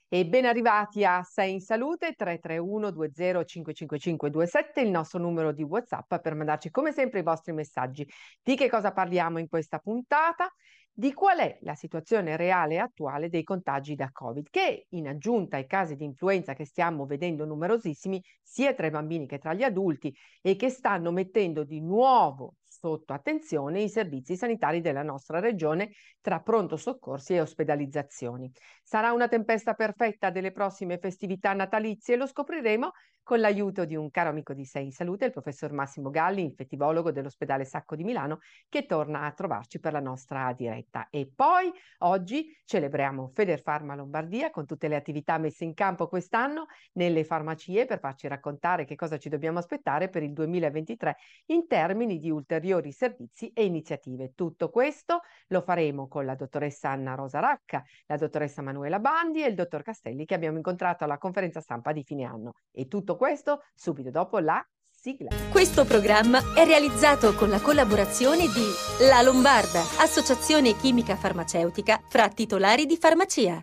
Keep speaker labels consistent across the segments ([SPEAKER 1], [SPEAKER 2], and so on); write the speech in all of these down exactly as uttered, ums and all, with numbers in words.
[SPEAKER 1] E ben arrivati a Sei in Salute. Tre tre uno due zero cinque cinque cinque due sette, il nostro numero di WhatsApp per mandarci come sempre i vostri messaggi. Di che cosa parliamo in questa puntata? Di qual è la situazione reale e attuale dei contagi da Covid, che in aggiunta ai casi di influenza che stiamo vedendo numerosissimi sia tra i bambini che tra gli adulti e che stanno mettendo di nuovo sotto attenzione i servizi sanitari della nostra regione tra pronto soccorsi e ospedalizzazioni. Sarà una tempesta perfetta delle prossime festività natalizie? Lo scopriremo con l'aiuto di un caro amico di Sei in Salute, il professor Massimo Galli, infettivologo dell'ospedale Sacco di Milano, che torna a trovarci per la nostra diretta. E poi oggi celebriamo Federfarma Lombardia con tutte le attività messe in campo quest'anno nelle farmacie per farci raccontare che cosa ci dobbiamo aspettare per il duemilaventitré in termini di ulteriori servizi e iniziative. Tutto questo lo faremo con la dottoressa Anna Rosa Racca, la dottoressa Manuela Bandi e il dottor Castelli, che abbiamo incontrato alla conferenza stampa di fine anno. E tutto questo subito dopo la sigla.
[SPEAKER 2] Questo programma è realizzato con la collaborazione di La Lombarda, associazione chimica farmaceutica fra titolari di farmacia.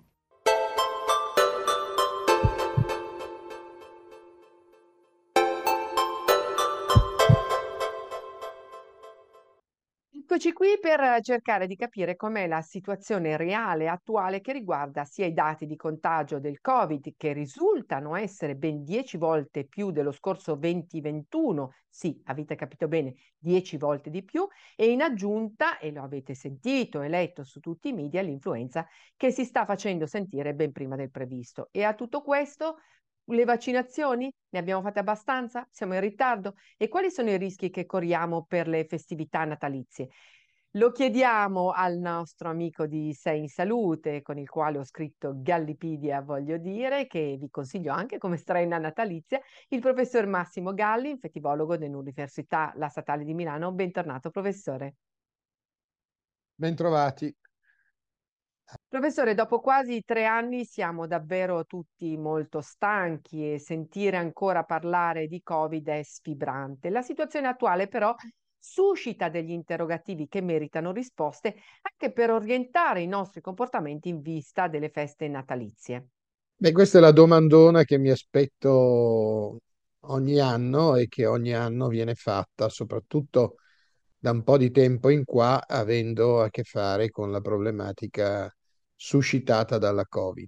[SPEAKER 1] Eccoci qui per cercare di capire com'è la situazione reale e attuale che riguarda sia i dati di contagio del Covid, che risultano essere ben dieci volte più dello scorso venti ventuno, sì, avete capito bene, dieci volte di più, e in aggiunta, e lo avete sentito e letto su tutti i media, l'influenza che si sta facendo sentire ben prima del previsto. E a tutto questo le vaccinazioni? Ne abbiamo fatte abbastanza? Siamo in ritardo? E quali sono i rischi che corriamo per le festività natalizie? Lo chiediamo al nostro amico di Sei in Salute, con il quale ho scritto Gallipedia, voglio dire, che vi consiglio anche come strena natalizia, il professor Massimo Galli, infettivologo dell'Università La Statale di Milano. Bentornato, professore.
[SPEAKER 3] Bentrovati.
[SPEAKER 1] Professore, dopo quasi tre anni siamo davvero tutti molto stanchi e sentire ancora parlare di Covid è sfibrante. La situazione attuale però suscita degli interrogativi che meritano risposte anche per orientare i nostri comportamenti in vista delle feste natalizie.
[SPEAKER 3] Beh, questa è la domandona che mi aspetto ogni anno e che ogni anno viene fatta, soprattutto da un po' di tempo in qua, avendo a che fare con la problematica suscitata dalla Covid.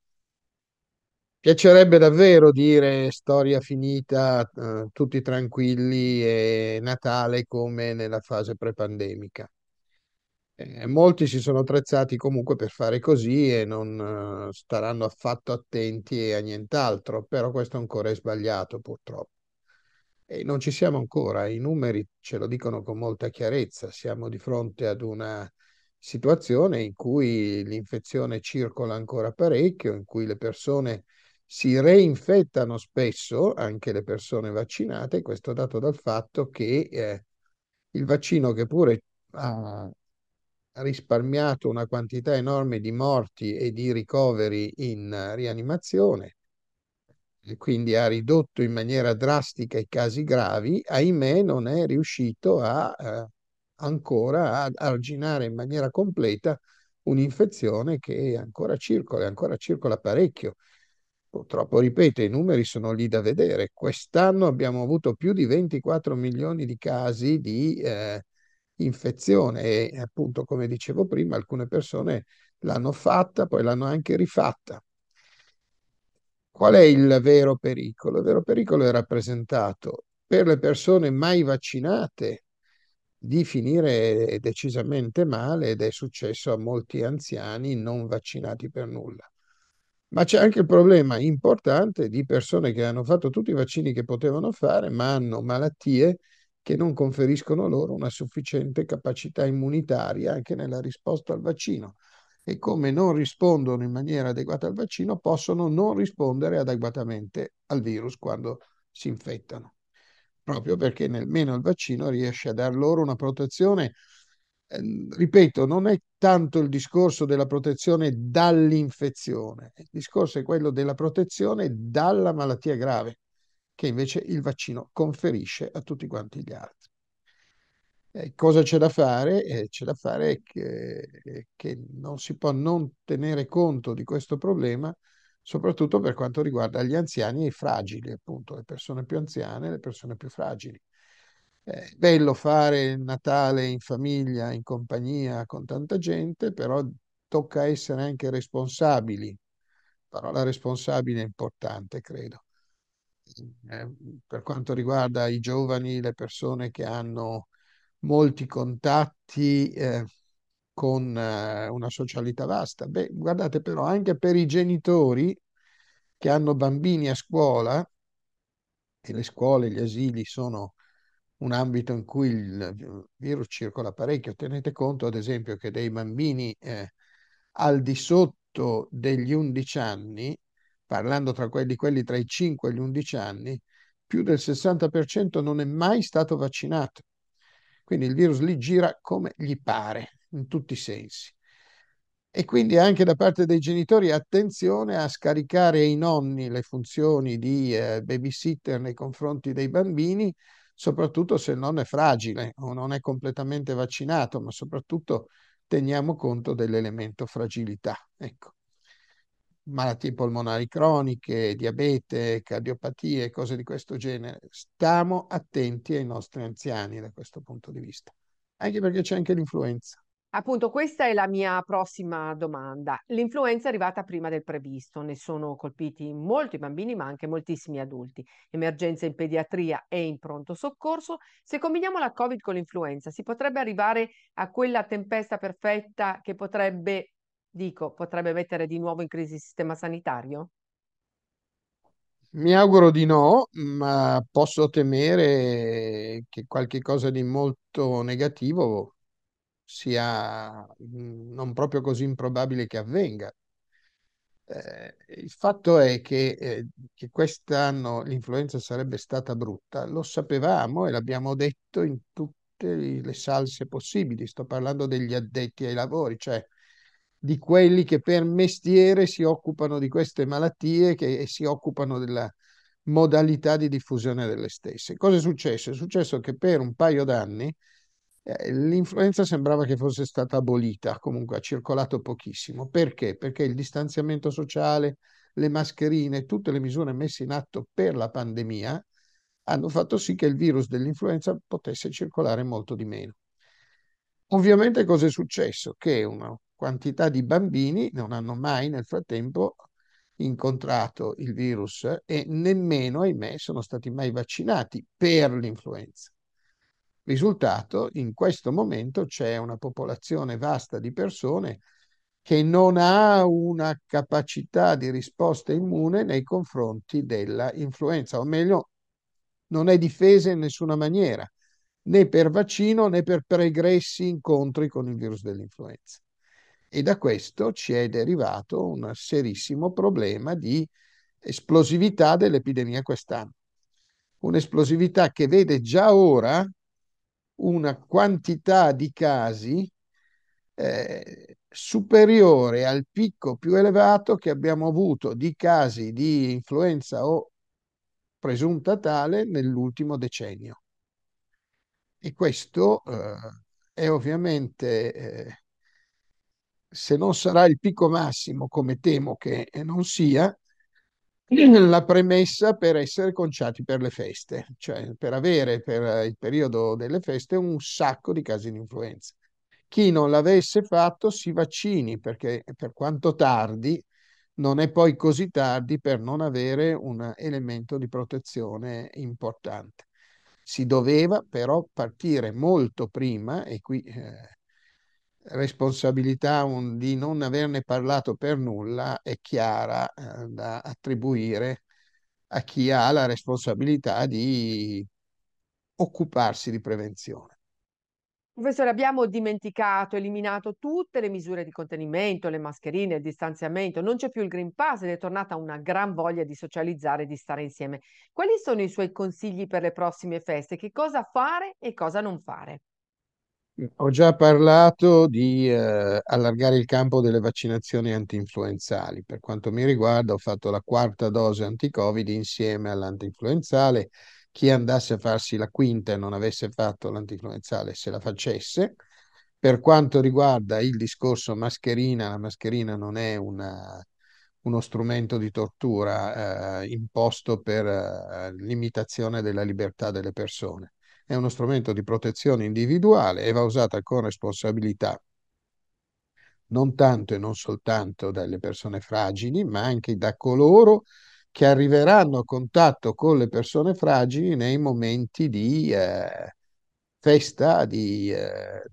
[SPEAKER 3] Piacerebbe davvero dire storia finita, eh, tutti tranquilli e Natale come nella fase prepandemica. Eh, molti si sono attrezzati comunque per fare così e non eh, staranno affatto attenti a nient'altro, però questo ancora è sbagliato purtroppo. E non ci siamo ancora, i numeri ce lo dicono con molta chiarezza, siamo di fronte ad una situazione in cui l'infezione circola ancora parecchio, in cui le persone si reinfettano spesso, anche le persone vaccinate, questo dato dal fatto che eh, il vaccino, che pure ha risparmiato una quantità enorme di morti e di ricoveri in eh, rianimazione, e quindi ha ridotto in maniera drastica i casi gravi, ahimè non è riuscito a, eh, ancora ad arginare in maniera completa un'infezione che ancora circola, e ancora circola parecchio. Purtroppo, ripeto, i numeri sono lì da vedere. Quest'anno abbiamo avuto più di ventiquattro milioni di casi di eh, infezione e appunto, come dicevo prima, alcune persone l'hanno fatta, poi l'hanno anche rifatta. Qual è il vero pericolo? Il vero pericolo è rappresentato per le persone mai vaccinate di finire decisamente male, ed è successo a molti anziani non vaccinati per nulla. Ma c'è anche il problema importante di persone che hanno fatto tutti i vaccini che potevano fare, ma hanno malattie che non conferiscono loro una sufficiente capacità immunitaria anche nella risposta al vaccino. E come non rispondono in maniera adeguata al vaccino, possono non rispondere adeguatamente al virus quando si infettano, proprio perché nemmeno il vaccino riesce a dar loro una protezione. Eh, ripeto, non è tanto il discorso della protezione dall'infezione, il discorso è quello della protezione dalla malattia grave, che invece il vaccino conferisce a tutti quanti gli altri. Eh, cosa c'è da fare? Eh, c'è da fare che, che non si può non tenere conto di questo problema soprattutto per quanto riguarda gli anziani e i fragili, appunto, le persone più anziane e le persone più fragili. È bello fare il Natale in famiglia, in compagnia, con tanta gente, però tocca essere anche responsabili. Parola responsabile è importante, credo. Eh, per quanto riguarda i giovani, le persone che hanno molti contatti eh, con eh, una socialità vasta. Beh, guardate però, anche per i genitori che hanno bambini a scuola, e le scuole, gli asili sono un ambito in cui il virus circola parecchio. Tenete conto, ad esempio, che dei bambini eh, al di sotto degli undici anni, parlando tra quelli, quelli tra i cinque e gli undici anni, più del sessanta per cento non è mai stato vaccinato. Quindi il virus lì gira come gli pare, in tutti i sensi. E quindi anche da parte dei genitori attenzione a scaricare ai nonni le funzioni di eh, babysitter nei confronti dei bambini, soprattutto se il nonno è fragile o non è completamente vaccinato, ma soprattutto teniamo conto dell'elemento fragilità. Ecco. Malattie polmonari croniche, diabete, cardiopatie, cose di questo genere. Stiamo attenti ai nostri anziani da questo punto di vista, anche perché c'è anche l'influenza.
[SPEAKER 1] Appunto, questa è la mia prossima domanda. L'influenza è arrivata prima del previsto, ne sono colpiti molti bambini, ma anche moltissimi adulti. Emergenza in pediatria e in pronto soccorso. Se combiniamo la Covid con l'influenza, si potrebbe arrivare a quella tempesta perfetta che potrebbe, dico, potrebbe mettere di nuovo in crisi il sistema sanitario?
[SPEAKER 3] Mi auguro di no, ma posso temere che qualche cosa di molto negativo sia mm, non proprio così improbabile che avvenga. Eh, il fatto è che, eh, che quest'anno l'influenza sarebbe stata brutta, lo sapevamo e l'abbiamo detto in tutte le salse possibili. Sto parlando degli addetti ai lavori, cioè di quelli che per mestiere si occupano di queste malattie che, e si occupano della modalità di diffusione delle stesse. Cosa è successo? È successo che per un paio d'anni eh, l'influenza sembrava che fosse stata abolita, comunque ha circolato pochissimo. Perché? Perché il distanziamento sociale, le mascherine, tutte le misure messe in atto per la pandemia hanno fatto sì che il virus dell'influenza potesse circolare molto di meno. Ovviamente cosa è successo? Che una quantità di bambini non hanno mai nel frattempo incontrato il virus e nemmeno, ahimè, sono stati mai vaccinati per l'influenza. Risultato, in questo momento c'è una popolazione vasta di persone che non ha una capacità di risposta immune nei confronti della influenza, o meglio, non è difesa in nessuna maniera, né per vaccino né per pregressi incontri con il virus dell'influenza. E da questo ci è derivato un serissimo problema di esplosività dell'epidemia quest'anno. Un'esplosività che vede già ora una quantità di casi eh, superiore al picco più elevato che abbiamo avuto di casi di influenza o presunta tale nell'ultimo decennio. E questo eh, è ovviamente, eh, se non sarà il picco massimo, come temo che non sia, la premessa per essere conciati per le feste, cioè per avere per il periodo delle feste un sacco di casi di influenza. Chi non l'avesse fatto si vaccini, perché per quanto tardi, non è poi così tardi per non avere un elemento di protezione importante. Si doveva però partire molto prima, e qui eh, responsabilità un- di non averne parlato per nulla è chiara eh, da attribuire a chi ha la responsabilità di occuparsi di prevenzione.
[SPEAKER 1] Professore, abbiamo dimenticato, eliminato tutte le misure di contenimento, le mascherine, il distanziamento, non c'è più il Green Pass ed è tornata una gran voglia di socializzare e di stare insieme. Quali sono i suoi consigli per le prossime feste? Che cosa fare e cosa non fare?
[SPEAKER 3] Ho già parlato di eh, allargare il campo delle vaccinazioni antinfluenzali. Per quanto mi riguarda, ho fatto la quarta dose anti-Covid insieme all'antinfluenzale. Chi andasse a farsi la quinta e non avesse fatto l'antinfluenzale se la facesse. Per quanto riguarda il discorso mascherina, la mascherina non è una, uno strumento di tortura eh, imposto per eh, limitazione della libertà delle persone. È uno strumento di protezione individuale e va usata con responsabilità, non tanto e non soltanto dalle persone fragili, ma anche da coloro che arriveranno a contatto con le persone fragili nei momenti di eh, festa, di, eh,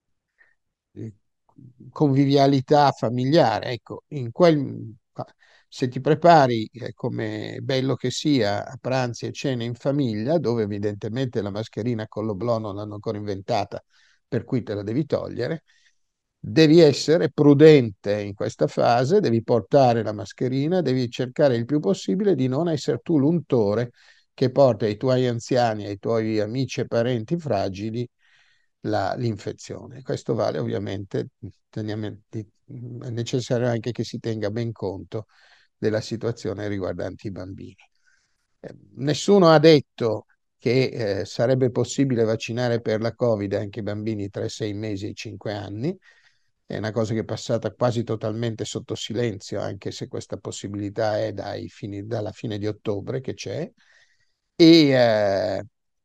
[SPEAKER 3] di convivialità familiare. Ecco, in quel, se ti prepari, eh, come bello che sia, a pranzi e cene in famiglia, dove evidentemente la mascherina con l'oblò non l'hanno ancora inventata, per cui te la devi togliere, devi essere prudente in questa fase, devi portare la mascherina, devi cercare il più possibile di non essere tu l'untore che porta ai tuoi anziani, ai tuoi amici e parenti fragili la- l'infezione. Questo vale ovviamente, teniamo, di- è necessario anche che si tenga ben conto della situazione riguardante i bambini. Eh, nessuno ha detto che eh, sarebbe possibile vaccinare per la Covid anche i bambini tra i sei mesi e i cinque anni. È una cosa che è passata quasi totalmente sotto silenzio, anche se questa possibilità è dai fini- dalla fine di ottobre che c'è. E eh,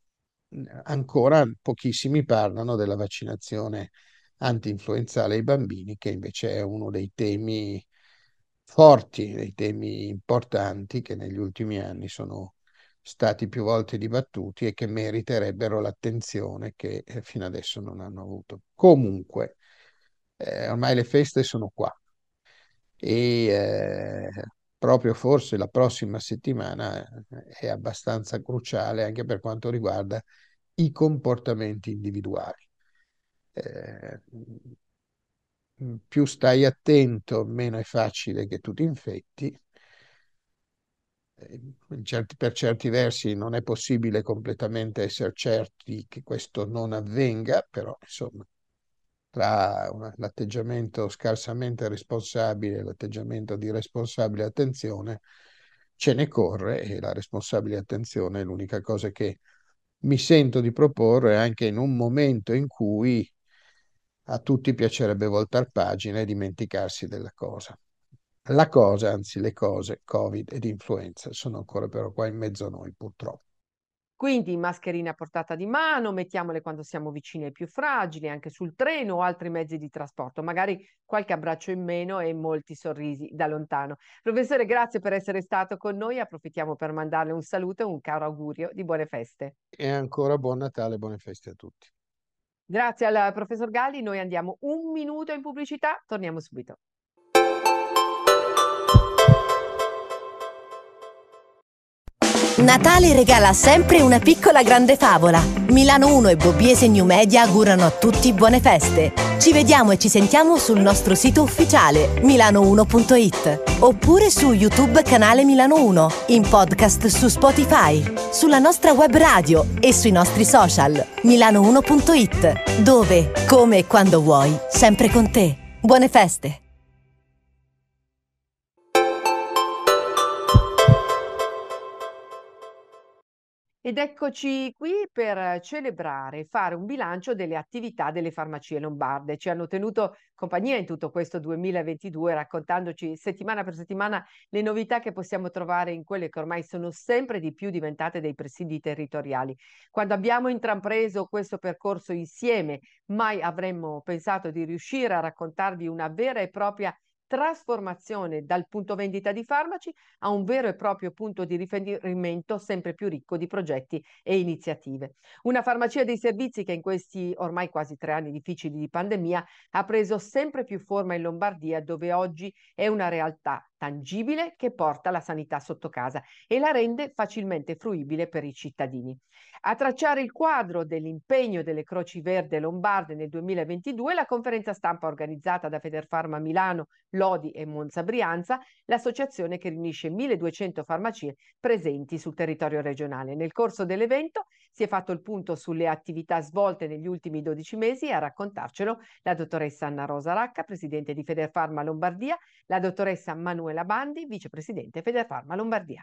[SPEAKER 3] ancora pochissimi parlano della vaccinazione anti-influenzale ai bambini, che invece è uno dei temi forti, dei temi importanti che negli ultimi anni sono stati più volte dibattuti e che meriterebbero l'attenzione che eh, fino adesso non hanno avuto. Comunque, eh, ormai le feste sono qua e eh, proprio forse la prossima settimana eh, è abbastanza cruciale anche per quanto riguarda i comportamenti individuali. Eh, più stai attento, meno è facile che tu ti infetti. Eh, in certi- per certi versi non è possibile completamente essere certi che questo non avvenga, però insomma, tra una- l'atteggiamento scarsamente responsabile e l'atteggiamento di responsabile attenzione, ce ne corre e la responsabile attenzione è l'unica cosa che mi sento di proporre anche in un momento in cui a tutti piacerebbe voltar pagina e dimenticarsi della cosa. La cosa, anzi le cose, Covid ed influenza, sono ancora però qua in mezzo a noi, purtroppo.
[SPEAKER 1] Quindi mascherine a portata di mano, mettiamole quando siamo vicini ai più fragili, anche sul treno o altri mezzi di trasporto, magari qualche abbraccio in meno e molti sorrisi da lontano. Professore, grazie per essere stato con noi, approfittiamo per mandarle un saluto e un caro augurio di buone feste.
[SPEAKER 3] E ancora buon Natale e buone feste a tutti.
[SPEAKER 1] Grazie al professor Galli, noi andiamo un minuto in pubblicità, torniamo subito.
[SPEAKER 2] Natale regala sempre una piccola grande favola. Milano uno e Bobbiese New Media augurano a tutti buone feste. Ci vediamo e ci sentiamo sul nostro sito ufficiale milano uno punto it oppure su YouTube canale Milano uno, in podcast su Spotify, sulla nostra web radio e sui nostri social milano uno punto it, dove, come e quando vuoi, sempre con te. Buone feste!
[SPEAKER 1] Ed eccoci qui per celebrare e fare un bilancio delle attività delle farmacie lombarde. Ci hanno tenuto compagnia in tutto questo duemilaventidue, raccontandoci settimana per settimana le novità che possiamo trovare in quelle che ormai sono sempre di più diventate dei presidi territoriali. Quando abbiamo intrapreso questo percorso insieme, mai avremmo pensato di riuscire a raccontarvi una vera e propria trasformazione dal punto vendita di farmaci a un vero e proprio punto di riferimento sempre più ricco di progetti e iniziative. Una farmacia dei servizi che in questi ormai quasi tre anni difficili di pandemia ha preso sempre più forma in Lombardia, dove oggi è una realtà tangibile che porta la sanità sotto casa e la rende facilmente fruibile per i cittadini. A tracciare il quadro dell'impegno delle Croci Verde Lombarde nel duemilaventidue, la conferenza stampa organizzata da Federfarma Milano, Lodi e Monza Brianza, l'associazione che riunisce milleduecento farmacie presenti sul territorio regionale. Nel corso dell'evento si è fatto il punto sulle attività svolte negli ultimi dodici mesi e a raccontarcelo la dottoressa Anna Rosa Racca, presidente di Federfarma Lombardia, la dottoressa Manuela Bandi, vicepresidente Federfarma Lombardia.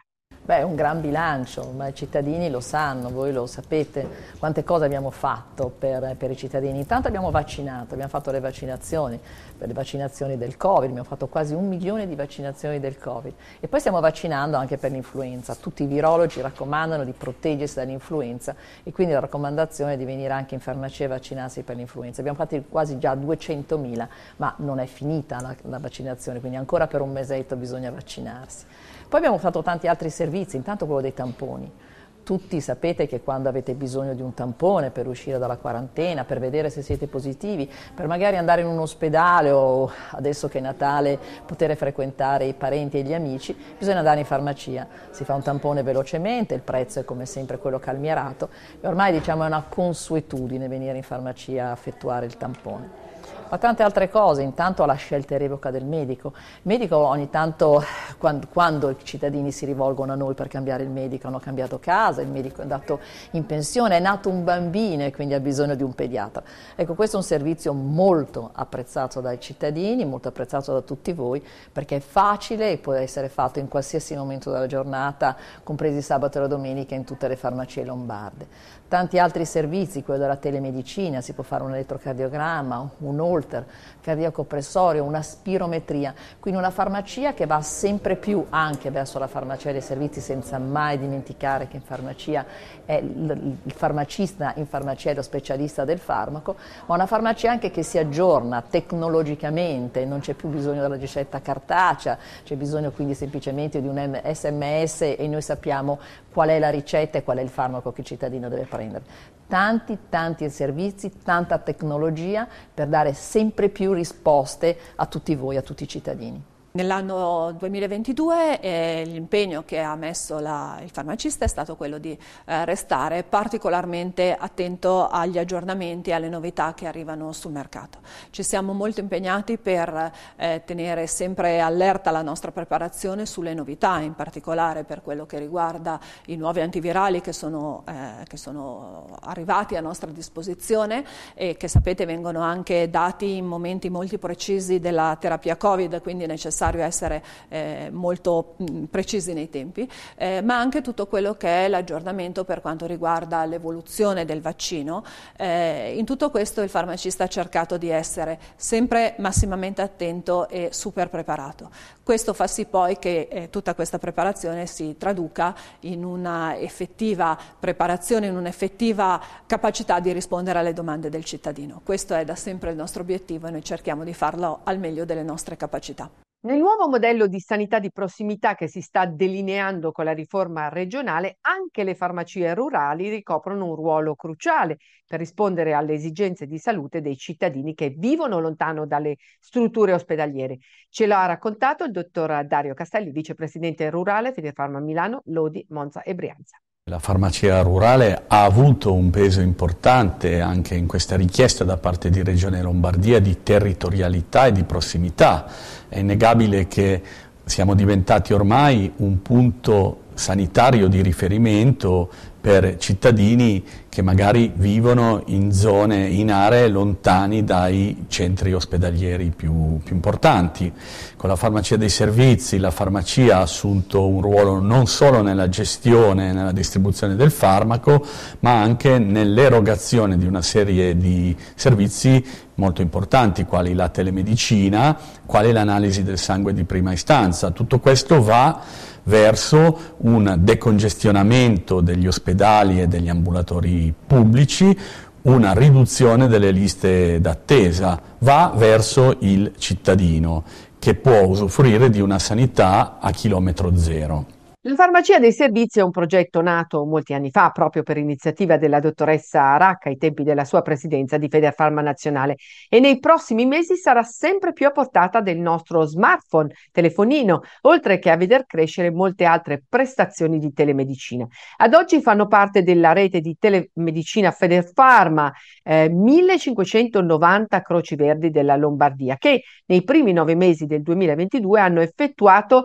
[SPEAKER 4] Beh, è un gran bilancio, ma i cittadini lo sanno, voi lo sapete, quante cose abbiamo fatto per, per i cittadini. Intanto abbiamo vaccinato, abbiamo fatto le vaccinazioni, per le vaccinazioni del Covid, abbiamo fatto quasi un milione di vaccinazioni del Covid e poi stiamo vaccinando anche per l'influenza. Tutti i virologi raccomandano di proteggersi dall'influenza e quindi la raccomandazione è di venire anche in farmacia e vaccinarsi per l'influenza. Abbiamo fatti quasi già duecentomila, ma non è finita la, la vaccinazione, quindi ancora per un mesetto bisogna vaccinarsi. Poi abbiamo fatto tanti altri servizi, intanto quello dei tamponi. Tutti sapete che quando avete bisogno di un tampone per uscire dalla quarantena, per vedere se siete positivi, per magari andare in un ospedale o adesso che è Natale poter frequentare i parenti e gli amici, bisogna andare in farmacia. Si fa un tampone velocemente, il prezzo è come sempre quello calmierato e ormai diciamo è una consuetudine venire in farmacia a effettuare il tampone. Ma tante altre cose, intanto la scelta e revoca del medico. Il medico ogni tanto, quando, quando i cittadini si rivolgono a noi per cambiare il medico, hanno cambiato casa, il medico è andato in pensione, è nato un bambino e quindi ha bisogno di un pediatra. Ecco, questo è un servizio molto apprezzato dai cittadini, molto apprezzato da tutti voi, perché è facile e può essere fatto in qualsiasi momento della giornata, compresi sabato e la domenica, in tutte le farmacie lombarde. Tanti altri servizi, quello della telemedicina, si può fare un elettrocardiogramma, un holter cardiaco pressorio, una spirometria, quindi una farmacia che va sempre più anche verso la farmacia dei servizi, senza mai dimenticare che in farmacia è il, il farmacista, in farmacia è lo specialista del farmaco, ma una farmacia anche che si aggiorna tecnologicamente, non c'è più bisogno della ricetta cartacea, c'è bisogno quindi semplicemente di un S M S e noi sappiamo qual è la ricetta e qual è il farmaco che il cittadino deve prendere. Tanti, tanti servizi, tanta tecnologia per dare sempre più risposte a tutti voi, a tutti i cittadini.
[SPEAKER 5] Nell'anno duemilaventidue eh, l'impegno che ha messo la, il farmacista è stato quello di eh, restare particolarmente attento agli aggiornamenti e alle novità che arrivano sul mercato. Ci siamo molto impegnati per eh, tenere sempre allerta la nostra preparazione sulle novità, in particolare per quello che riguarda i nuovi antivirali che sono, eh, che sono arrivati a nostra disposizione e che sapete vengono anche dati in momenti molto precisi della terapia Covid, quindi è necessario essere eh, molto mh, precisi nei tempi, eh, ma anche tutto quello che è l'aggiornamento per quanto riguarda l'evoluzione del vaccino. Eh, in tutto questo il farmacista ha cercato di essere sempre massimamente attento e super preparato. Questo fa sì poi che eh, tutta questa preparazione si traduca in una effettiva preparazione, in un'effettiva capacità di rispondere alle domande del cittadino. Questo è da sempre il nostro obiettivo e noi cerchiamo di farlo al meglio delle nostre capacità.
[SPEAKER 1] Nel nuovo modello di sanità di prossimità che si sta delineando con la riforma regionale, anche le farmacie rurali ricoprono un ruolo cruciale per rispondere alle esigenze di salute dei cittadini che vivono lontano dalle strutture ospedaliere. Ce l'ha raccontato il dottor Dario Castelli, vicepresidente rurale Federfarma Milano, Lodi, Monza e Brianza.
[SPEAKER 6] La farmacia rurale ha avuto un peso importante anche in questa richiesta da parte di Regione Lombardia di territorialità e di prossimità. È innegabile che siamo diventati ormai un punto sanitario di riferimento per cittadini che magari vivono in zone, in aree lontani dai centri ospedalieri più, più importanti. Con la farmacia dei servizi la farmacia ha assunto un ruolo non solo nella gestione e nella distribuzione del farmaco, ma anche nell'erogazione di una serie di servizi molto importanti, quali la telemedicina, quali l'analisi del sangue di prima istanza. Tutto questo va verso un decongestionamento degli ospedali e degli ambulatori pubblici, una riduzione delle liste d'attesa, va verso il cittadino che può usufruire di una sanità a chilometro zero.
[SPEAKER 1] La farmacia dei servizi è un progetto nato molti anni fa proprio per iniziativa della dottoressa Racca ai tempi della sua presidenza di Federfarma Nazionale e nei prossimi mesi sarà sempre più a portata del nostro smartphone, telefonino, oltre che a veder crescere molte altre prestazioni di telemedicina. Ad oggi fanno parte della rete di telemedicina Federfarma eh, millecinquecentonovanta Croci Verdi della Lombardia che nei primi nove mesi del duemilaventidue hanno effettuato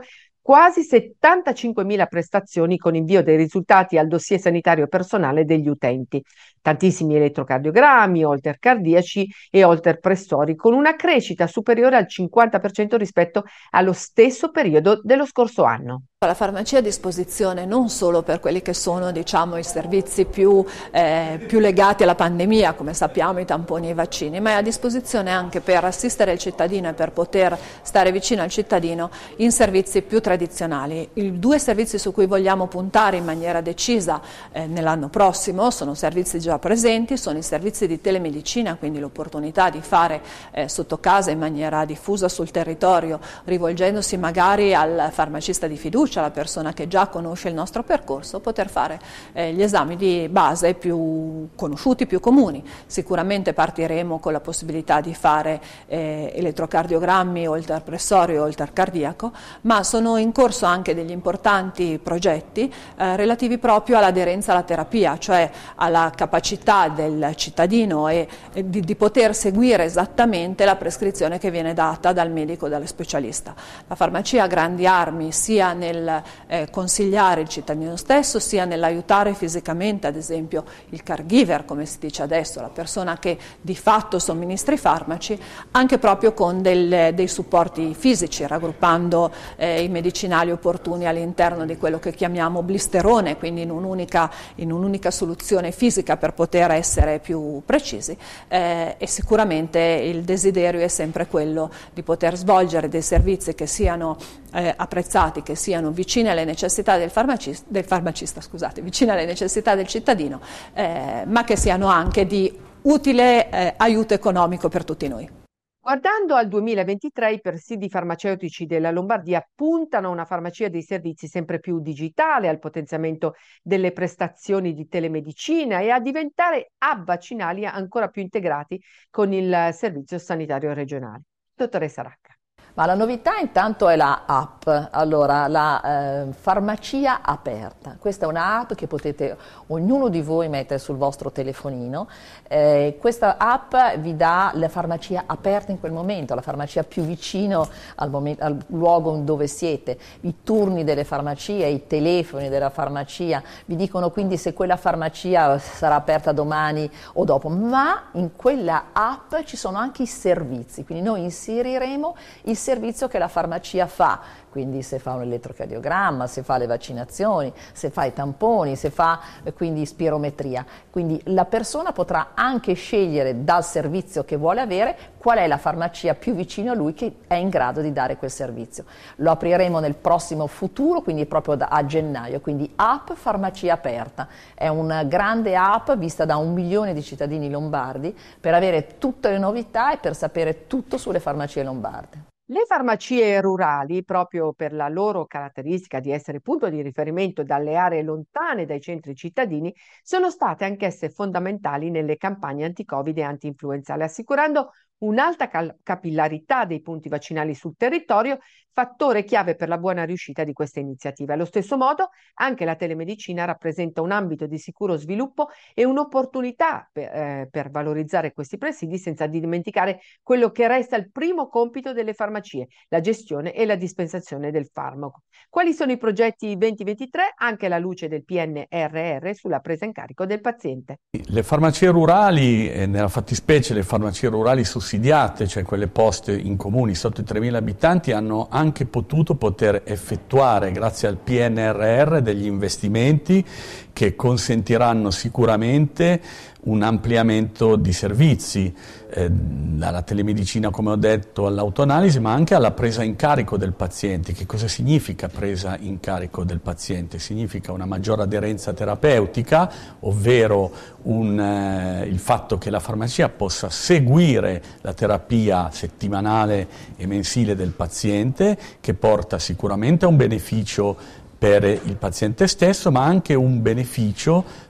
[SPEAKER 1] quasi settantacinquemila prestazioni con invio dei risultati al dossier sanitario personale degli utenti, tantissimi elettrocardiogrammi, holter cardiaci e holter pressori, con una crescita superiore al cinquanta per cento rispetto allo stesso periodo dello scorso anno.
[SPEAKER 5] La farmacia è a disposizione non solo per quelli che sono, diciamo, i servizi più, eh, più legati alla pandemia, come sappiamo i tamponi e i vaccini, ma è a disposizione anche per assistere il cittadino e per poter stare vicino al cittadino in servizi più tradizionali. I due servizi su cui vogliamo puntare in maniera decisa eh, nell'anno prossimo sono servizi già presenti, sono i servizi di telemedicina, quindi l'opportunità di fare eh, sotto casa in maniera diffusa sul territorio, rivolgendosi magari al farmacista di fiducia, la persona che già conosce il nostro percorso, poter fare eh, gli esami di base più conosciuti, più comuni. Sicuramente partiremo con la possibilità di fare eh, elettrocardiogrammi, holter pressorio, holter cardiaco, ma sono in corso anche degli importanti progetti eh, relativi proprio all'aderenza alla terapia, cioè alla capacità del cittadino e, e di, di poter seguire esattamente la prescrizione che viene data dal medico o dallo specialista. La farmacia ha grandi armi sia nel Eh, consigliare il cittadino stesso, sia nell'aiutare fisicamente, ad esempio il caregiver, come si dice adesso, la persona che di fatto somministra i farmaci, anche proprio con del, dei supporti fisici, raggruppando eh, i medicinali opportuni all'interno di quello che chiamiamo blisterone, quindi in un'unica, in un'unica soluzione fisica per poter essere più precisi, eh, e sicuramente il desiderio è sempre quello di poter svolgere dei servizi che siano eh, apprezzati, che siano vicine alle necessità del farmacista, del farmacista scusate, vicine alle necessità del cittadino, eh, ma che siano anche di utile eh, aiuto economico per tutti noi.
[SPEAKER 1] Guardando al duemilaventitré, i presidi farmaceutici della Lombardia puntano a una farmacia dei servizi sempre più digitale, al potenziamento delle prestazioni di telemedicina e a diventare hub vaccinali ancora più integrati con il servizio sanitario regionale. Dottoressa Racca.
[SPEAKER 4] Ma la novità intanto è la app, allora la eh, farmacia aperta. Questa è una app che potete ognuno di voi mettere sul vostro telefonino. Eh, questa app vi dà la farmacia aperta in quel momento, la farmacia più vicino al, momento, al luogo dove siete, i turni delle farmacie, i telefoni della farmacia, vi dicono quindi se quella farmacia sarà aperta domani o dopo, ma in quella app ci sono anche i servizi, quindi noi inseriremo il servizio che la farmacia fa, quindi se fa un elettrocardiogramma, se fa le vaccinazioni, se fa i tamponi, se fa eh, quindi spirometria. Quindi la persona potrà anche scegliere dal servizio che vuole avere qual è la farmacia più vicino a lui che è in grado di dare quel servizio. Lo apriremo nel prossimo futuro, quindi proprio da, a gennaio, quindi app farmacia aperta. È una grande app vista da un milione di cittadini lombardi per avere tutte le novità e per sapere tutto sulle farmacie lombarde.
[SPEAKER 1] Le farmacie rurali, proprio per la loro caratteristica di essere punto di riferimento dalle aree lontane dai centri cittadini, sono state anch'esse fondamentali nelle campagne anti-Covid e anti-influenzale, assicurando un'alta capillarità dei punti vaccinali sul territorio, fattore chiave per la buona riuscita di questa iniziativa. Allo stesso modo, anche la telemedicina rappresenta un ambito di sicuro sviluppo e un'opportunità per, eh, per valorizzare questi presidi, senza dimenticare quello che resta il primo compito delle farmacie, la gestione e la dispensazione del farmaco. Quali sono i progetti duemilaventitré, anche alla luce del P N R R sulla presa in carico del paziente?
[SPEAKER 6] Le farmacie rurali, eh, nella fattispecie le farmacie rurali sussidiate, cioè quelle poste in comuni sotto i tremila abitanti, hanno anche potuto poter effettuare, grazie al P N R R, degli investimenti che consentiranno sicuramente un ampliamento di servizi, eh, dalla telemedicina, come ho detto, all'autoanalisi, ma anche alla presa in carico del paziente. Che cosa significa presa in carico del paziente? Significa una maggiore aderenza terapeutica, ovvero un, eh, il fatto che la farmacia possa seguire la terapia settimanale e mensile del paziente, che porta sicuramente a un beneficio per il paziente stesso, ma anche un beneficio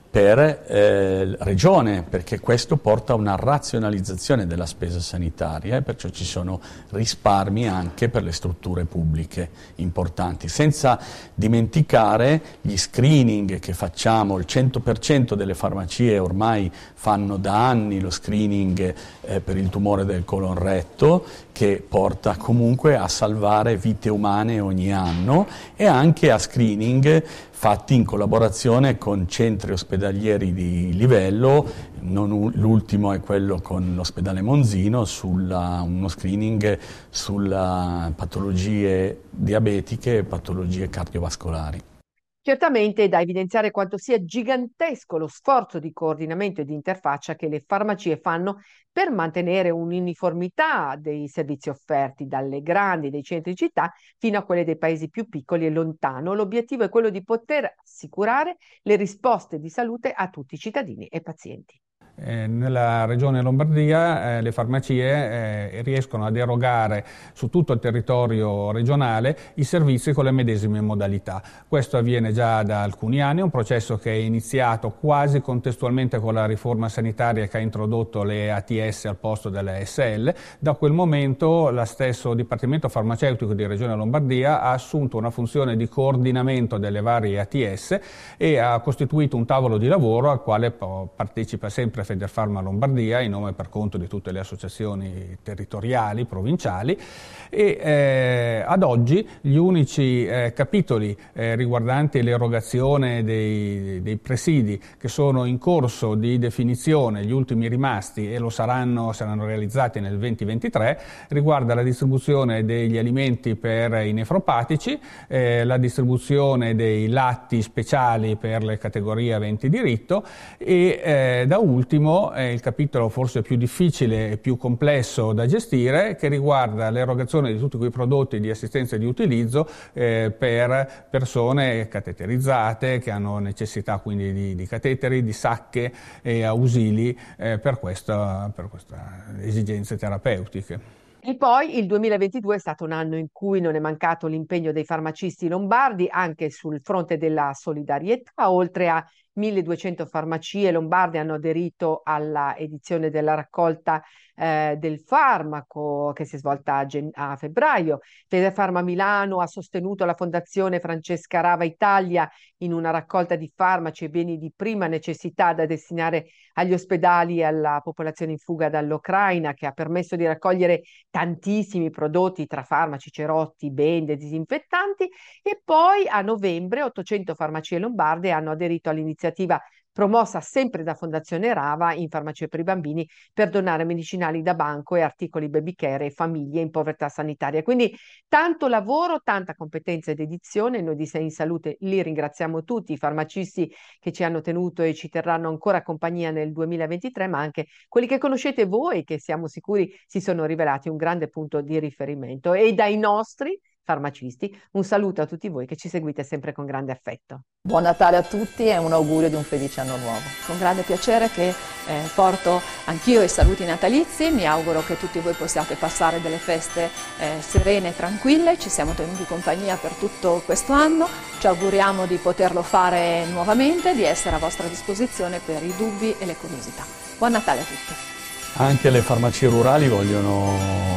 [SPEAKER 6] per eh, regione, perché questo porta a una razionalizzazione della spesa sanitaria e perciò ci sono risparmi anche per le strutture pubbliche importanti, senza dimenticare gli screening che facciamo. Il cento per cento delle farmacie ormai fanno da anni lo screening eh, per il tumore del colon retto, che porta comunque a salvare vite umane ogni anno, e anche a screening fatti in collaborazione con centri ospedalieri di livello. L'ultimo è quello con l'ospedale Monzino, sulla, uno screening sulle patologie diabetiche e patologie cardiovascolari.
[SPEAKER 1] Certamente è da evidenziare quanto sia gigantesco lo sforzo di coordinamento e di interfaccia che le farmacie fanno per mantenere un'uniformità dei servizi offerti, dalle grandi dei centri città fino a quelle dei paesi più piccoli e lontano. L'obiettivo è quello di poter assicurare le risposte di salute a tutti i cittadini e pazienti.
[SPEAKER 7] Eh, nella regione Lombardia eh, le farmacie eh, riescono ad erogare su tutto il territorio regionale i servizi con le medesime modalità. Questo avviene già da alcuni anni, è un processo che è iniziato quasi contestualmente con la riforma sanitaria che ha introdotto le A T S al posto delle A S L. Da quel momento lo stesso Dipartimento Farmaceutico di Regione Lombardia ha assunto una funzione di coordinamento delle varie A T S e ha costituito un tavolo di lavoro al quale partecipa sempre Federfarma Lombardia, in nome e per conto di tutte le associazioni territoriali, provinciali, e eh, ad oggi gli unici eh, capitoli eh, riguardanti l'erogazione dei, dei presidi che sono in corso di definizione, gli ultimi rimasti, e lo saranno, saranno realizzati nel duemilaventitré, riguarda la distribuzione degli alimenti per i nefropatici, eh, la distribuzione dei latti speciali per le categorie aventi diritto e eh, da ultimo è il capitolo forse più difficile e più complesso da gestire, che riguarda l'erogazione di tutti quei prodotti di assistenza e di utilizzo eh, per persone cateterizzate, che hanno necessità quindi di, di cateteri, di sacche e ausili eh, per questa, per questa esigenze terapeutiche.
[SPEAKER 1] E poi il duemilaventidue è stato un anno in cui non è mancato l'impegno dei farmacisti lombardi anche sul fronte della solidarietà. Oltre a milleduecento farmacie lombarde hanno aderito alla edizione della raccolta eh, del farmaco che si è svolta a, gen- a febbraio. Federfarma Milano ha sostenuto la Fondazione Francesca Rava Italia in una raccolta di farmaci e beni di prima necessità da destinare agli ospedali e alla popolazione in fuga dall'Ucraina, che ha permesso di raccogliere tantissimi prodotti tra farmaci, cerotti, bende, disinfettanti. E poi a novembre ottocento farmacie lombarde hanno aderito all'iniziativa promossa sempre da Fondazione Rava in farmacie per i bambini per donare medicinali da banco e articoli baby care e famiglie in povertà sanitaria. Quindi tanto lavoro, tanta competenza ed edizione. Noi di Sei in Salute li ringraziamo tutti, i farmacisti che ci hanno tenuto e ci terranno ancora compagnia nel duemilaventitré, ma anche quelli che conoscete voi, che siamo sicuri si sono rivelati un grande punto di riferimento. E dai nostri farmacisti un saluto a tutti voi che ci seguite sempre con grande affetto.
[SPEAKER 4] Buon Natale a tutti e un augurio di un felice anno nuovo.
[SPEAKER 5] Con grande piacere che eh, porto anch'io i saluti natalizi, mi auguro che tutti voi possiate passare delle feste eh, serene e tranquille, ci siamo tenuti compagnia per tutto questo anno, ci auguriamo di poterlo fare nuovamente, di essere a vostra disposizione per i dubbi e le curiosità. Buon Natale a tutti.
[SPEAKER 6] Anche le farmacie rurali vogliono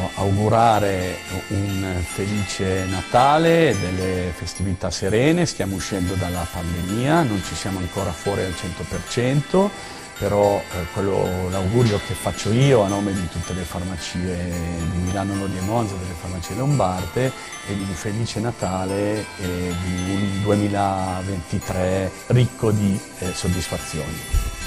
[SPEAKER 6] augurare un felice Natale e delle festività serene. Stiamo uscendo dalla pandemia, non ci siamo ancora fuori al cento per cento, però eh, quello, l'augurio che faccio io a nome di tutte le farmacie di Milano, Lodi e Monza, delle farmacie lombarde, è di un felice Natale e di un duemilaventitré ricco di eh, soddisfazioni.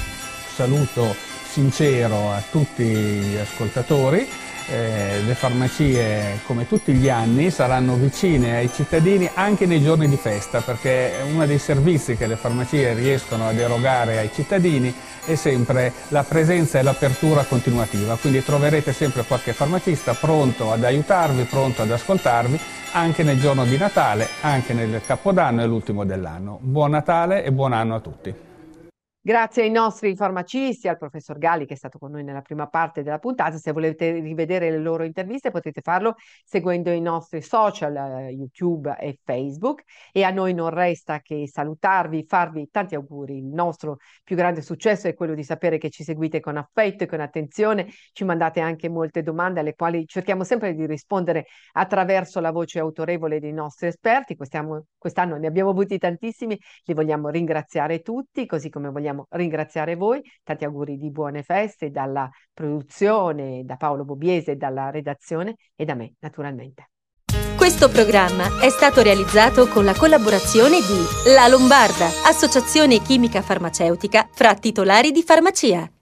[SPEAKER 7] Saluto sincero a tutti gli ascoltatori. Eh, le farmacie, come tutti gli anni, saranno vicine ai cittadini anche nei giorni di festa, perché uno dei servizi che le farmacie riescono ad erogare ai cittadini è sempre la presenza e l'apertura continuativa, quindi troverete sempre qualche farmacista pronto ad aiutarvi, pronto ad ascoltarvi, anche nel giorno di Natale, anche nel Capodanno e l'ultimo dell'anno. Buon Natale e buon anno a tutti!
[SPEAKER 1] Grazie ai nostri farmacisti, al professor Galli che è stato con noi nella prima parte della puntata. Se volete rivedere le loro interviste potete farlo seguendo i nostri social, eh, YouTube e Facebook. E a noi non resta che salutarvi, farvi tanti auguri. Il nostro più grande successo è quello di sapere che ci seguite con affetto e con attenzione. Ci mandate anche molte domande alle quali cerchiamo sempre di rispondere attraverso la voce autorevole dei nostri esperti. Quest'anno, quest'anno ne abbiamo avuti tantissimi, li vogliamo ringraziare tutti, così come vogliamo ringraziare voi. Tanti auguri di buone feste dalla produzione, da Paolo Bobbiese, dalla redazione e da me naturalmente.
[SPEAKER 2] Questo programma è stato realizzato con la collaborazione di La Lombarda, associazione chimica farmaceutica fra titolari di farmacia.